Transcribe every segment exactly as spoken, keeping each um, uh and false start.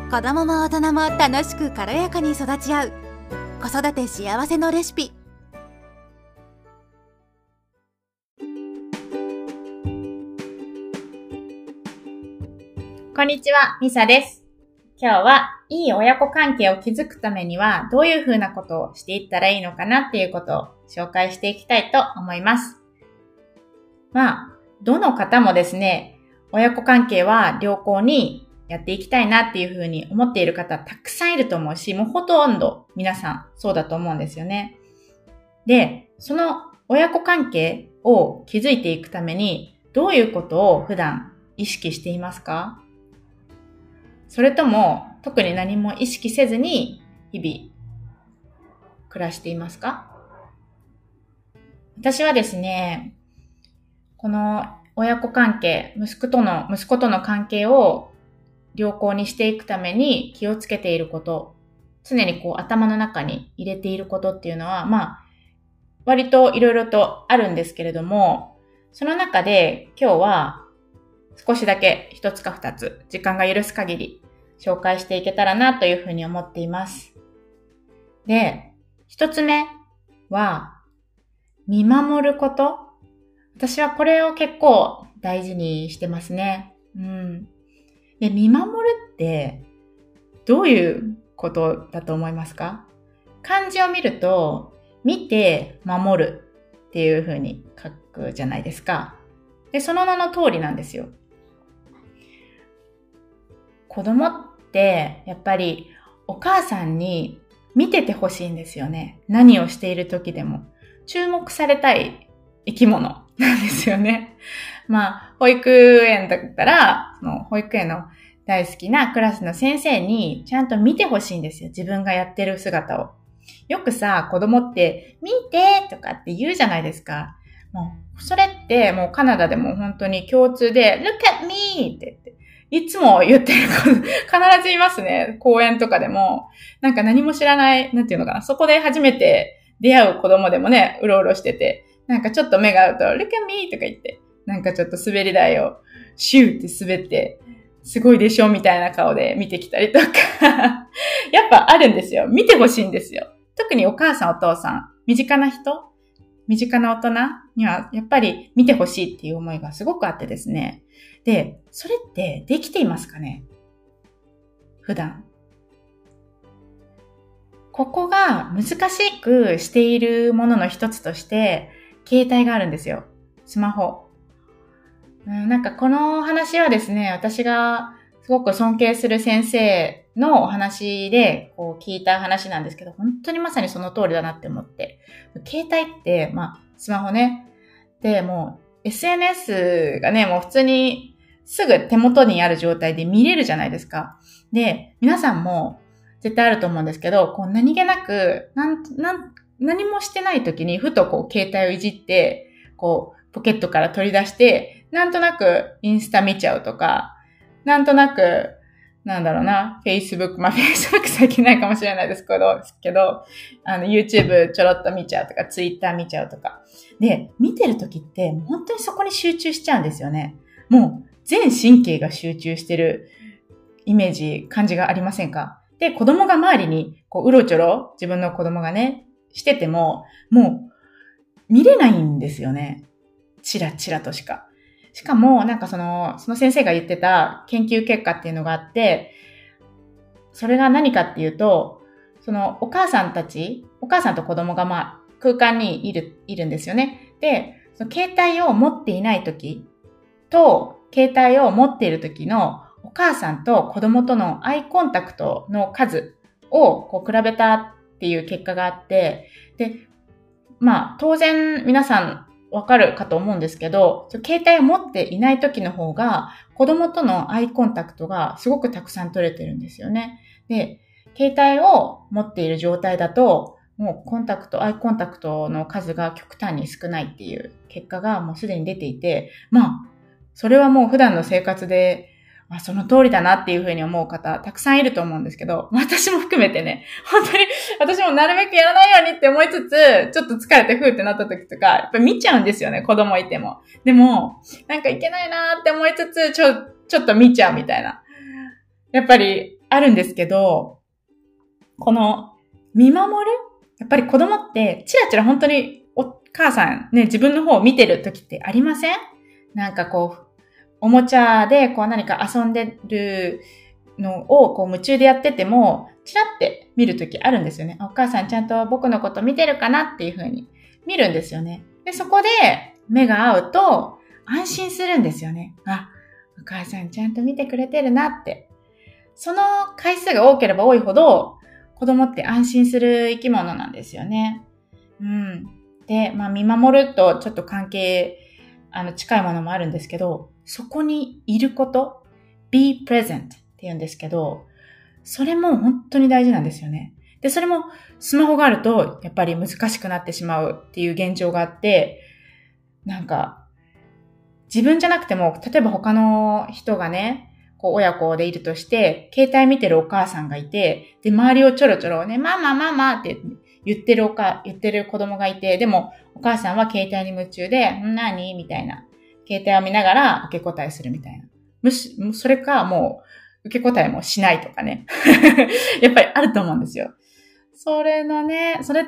子供も大人も楽しく軽やかに育ち合う子育て幸せのレシピ。 こんにちは、ミサです。今日はいい親子関係を築くためにはどういうふうなことをしていったらいいのかなっていうことを紹介していきたいと思います。まあ、どの方もですね、親子関係は良好にやっていきたいなっていうふうに思っている方たくさんいると思うし、もうほとんど皆さんそうだと思うんですよね。で、その親子関係を築いていくためにどういうことを普段意識していますか？それとも特に何も意識せずに日々暮らしていますか？私はですね、この親子関係、息子との、息子との関係を良好にしていくために気をつけていること、常にこう頭の中に入れていることっていうのは、まあ、割といろいろとあるんですけれども、その中で今日は少しだけ一つか二つ、時間が許す限り紹介していけたらなというふうに思っています。で、一つ目は、見守ること。私はこれを結構大事にしてますね。うん。で、見守るってどういうことだと思いますか？漢字を見ると、見て守るっていう風に書くじゃないですか。で、その名の通りなんですよ。子供ってやっぱりお母さんに見ててほしいんですよね。何をしている時でも。注目されたい生き物なんですよね。まあ、保育園だったら、その保育園の大好きなクラスの先生にちゃんと見てほしいんですよ。自分がやってる姿を。よくさ、子供って見てとかって言うじゃないですか。もう、それってもうカナダでも本当に共通で Look at me! って言って、いつも言ってる子、必ずいますね。公園とかでも。なんか何も知らない、なんていうのかな。そこで初めて出会う子供でもね、うろうろしてて、なんかちょっと目が合うと Look at me! とか言って、なんかちょっと滑り台をシューって滑って、すごいでしょみたいな顔で見てきたりとか。やっぱあるんですよ。見てほしいんですよ。特にお母さんお父さん、身近な人、身近な大人にはやっぱり見てほしいっていう思いがすごくあってですね。で、それってできていますかね？普段。ここが難しくしているものの一つとして、携帯があるんですよ。スマホ。うん、なんかこの話はですね、私がすごく尊敬する先生のお話でこう聞いた話なんですけど、本当にまさにその通りだなって思って。携帯って、まあ、スマホね。で、もう エスエヌエス がね、もう普通にすぐ手元にある状態で見れるじゃないですか。で、皆さんも絶対あると思うんですけど、こう何気なく、なん、なん、何もしてない時にふとこう携帯をいじって、こうポケットから取り出して、なんとなくインスタ見ちゃうとか、なんとなく、なんだろうな、Facebook、まあ Facebook 最近ないかもしれないですけど、けどあの YouTube ちょろっと見ちゃうとか、Twitter 見ちゃうとか。で、見てるときって本当にそこに集中しちゃうんですよね。もう全神経が集中してるイメージ、感じがありませんか？で、子供が周りにこううろちょろ、自分の子供がね、してても、もう見れないんですよね。チラチラとしか。しかも、なんかその、その先生が言ってた研究結果っていうのがあって、それが何かっていうと、そのお母さんたち、お母さんと子供がまあ空間にいる、いるんですよね。で、その携帯を持っていない時と、携帯を持っている時のお母さんと子供とのアイコンタクトの数をこう比べたっていう結果があって、で、まあ当然皆さんわかるかと思うんですけど、携帯を持っていない時の方が子供とのアイコンタクトがすごくたくさん取れてるんですよね。で、携帯を持っている状態だと、もうコンタクト、アイコンタクトの数が極端に少ないっていう結果がもうすでに出ていて、まあ、それはもう普段の生活で、まあ、その通りだなっていうふうに思う方、たくさんいると思うんですけど、私も含めてね、本当に、私もなるべくやらないようにって思いつつ、ちょっと疲れてふーってなった時とか、やっぱり見ちゃうんですよね、子供いても。でも、なんかいけないなーって思いつつ、ちょ、ちょっと見ちゃうみたいな。やっぱり、 あるんですけど、この見守るやっぱり子供ってチラチラ本当にお母さんね、自分の方を見てる時ってありません？なんかこう、おもちゃでこう何か遊んでるのをこう夢中でやってても、チラって見る時あるんですよね。お母さんちゃんと僕のこと見てるかなっていう風に見るんですよね。で、そこで目が合うと安心するんですよね。あ、お母さんちゃんと見てくれてるなって。その回数が多ければ多いほど、子供って安心する生き物なんですよね。うん。で、まあ見守るとちょっと関係、あの近いものもあるんですけど、そこにいること、be present って言うんですけど、それも本当に大事なんですよね。で、それもスマホがあるとやっぱり難しくなってしまうっていう現状があって、なんか自分じゃなくても、例えば他の人がね、こう親子でいるとして、携帯見てるお母さんがいて、で、周りをちょろちょろね、ママママって言ってるおか、言ってる子供がいて、でもお母さんは携帯に夢中で、ん何みたいな。携帯を見ながら受け答えするみたいな。むし、それかもう受け答えもしないとかね。やっぱりあると思うんですよ。それのね、それって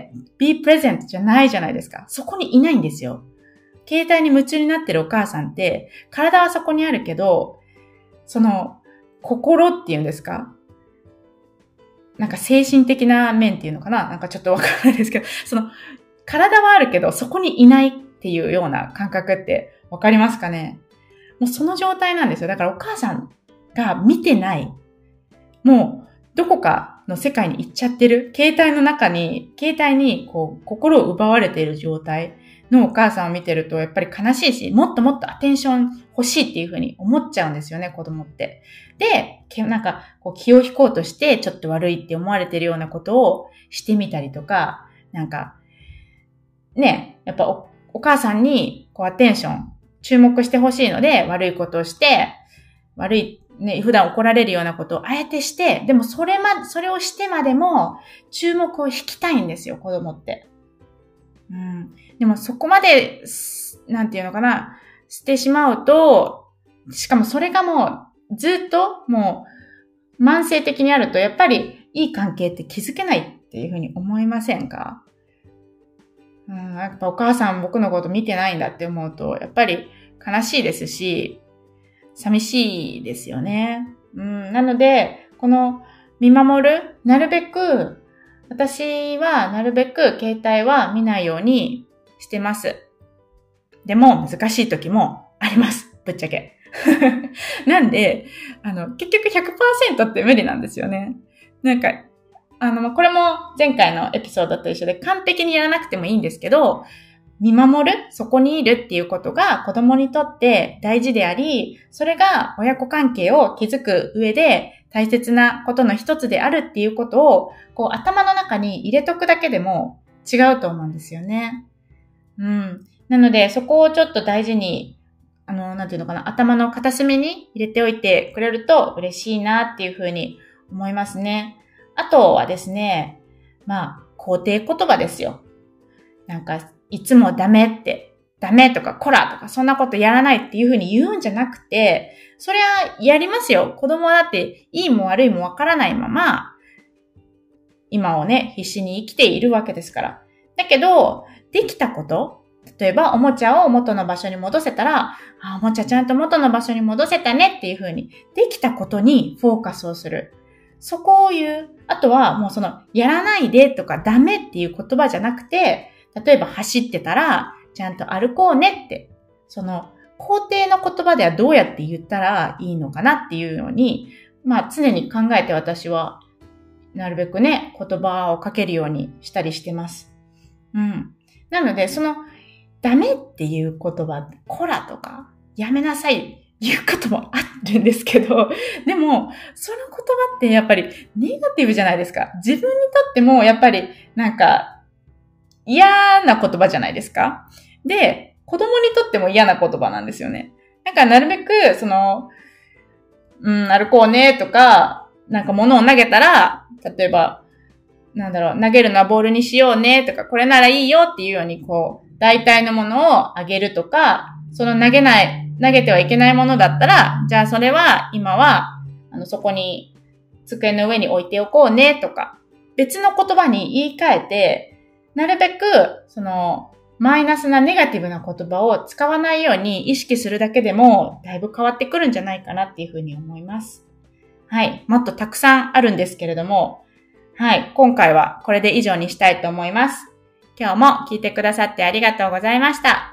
be present じゃないじゃないですか。そこにいないんですよ。携帯に夢中になってるお母さんって、体はそこにあるけど、その、心っていうんですか？なんか精神的な面っていうのかな？なんかちょっとわからないですけど、その、体はあるけど、そこにいないっていうような感覚ってわかりますかね？もうその状態なんですよ。だからお母さんが見てない。もう、どこかの世界に行っちゃってる。携帯の中に、携帯にこう、心を奪われている状態のお母さんを見てると、やっぱり悲しいし、もっともっとアテンション欲しいっていう風に思っちゃうんですよね、子供って。で、なんか、こう気を引こうとして、ちょっと悪いって思われてるようなことをしてみたりとか、なんか、ね、やっぱ お, お母さんにこうアテンション、注目してほしいので、悪いことをして、悪い、ね、普段怒られるようなことをあえてして、でもそれま、それをしてまでも注目を引きたいんですよ、子供って。うん。でもそこまで、なんていうのかな、してしまうと、しかもそれがもうずっともう慢性的にあると、やっぱりいい関係って築けないっていうふうに思いませんか？うん、やっぱお母さん僕のこと見てないんだって思うと、やっぱり悲しいですし、寂しいですよね。うん、なので、この見守る、なるべく、私はなるべく携帯は見ないようにしてます。でも難しい時もあります。ぶっちゃけ。なんで、あの、結局 ひゃくパーセント って無理なんですよね。なんか、あの、これも前回のエピソードと一緒で完璧にやらなくてもいいんですけど、見守る、そこにいるっていうことが子供にとって大事であり、それが親子関係を築く上で大切なことの一つであるっていうことを、こう頭の中に入れとくだけでも違うと思うんですよね。うん。なので、そこをちょっと大事に、あの、なんていうのかな、頭の片隅に入れておいてくれると嬉しいなっていうふうに思いますね。あとはですね、まあ、肯定言葉ですよ。なんか、いつもダメって、ダメとかコラとかそんなことやらないっていうふうに言うんじゃなくて、それはやりますよ。子供だっていいも悪いもわからないまま、今をね、必死に生きているわけですから。だけど、できたこと、例えばおもちゃを元の場所に戻せたら、あ、おもちゃちゃんと元の場所に戻せたねっていうふうに、できたことにフォーカスをする。そこを言う。あとはもうその、やらないでとかダメっていう言葉じゃなくて、例えば走ってたら、ちゃんと歩こうねって、その、肯定の言葉ではどうやって言ったらいいのかなっていうように、まあ常に考えて私は、なるべくね、言葉をかけるようにしたりしてます。うん。なので、その、ダメっていう言葉、コラとか、やめなさい、言うこともあるんですけど、でも、その言葉ってやっぱりネガティブじゃないですか。自分にとってもやっぱりなんか嫌な言葉じゃないですか。で、子供にとっても嫌な言葉なんですよね。なんかなるべく、その、うん、歩こうねとか、なんか物を投げたら、例えば、なんだろう、投げるのはボールにしようねとか、これならいいよっていうように、こう、代替のものをあげるとか、その投げない、投げてはいけないものだったら、じゃあそれは、今は、あの、そこに机の上に置いておこうねとか、別の言葉に言い換えて、なるべく、その、マイナスなネガティブな言葉を使わないように意識するだけでも、だいぶ変わってくるんじゃないかなっていうふうに思います。はい。もっとたくさんあるんですけれども、はい。今回はこれで以上にしたいと思います。今日も聞いてくださってありがとうございました。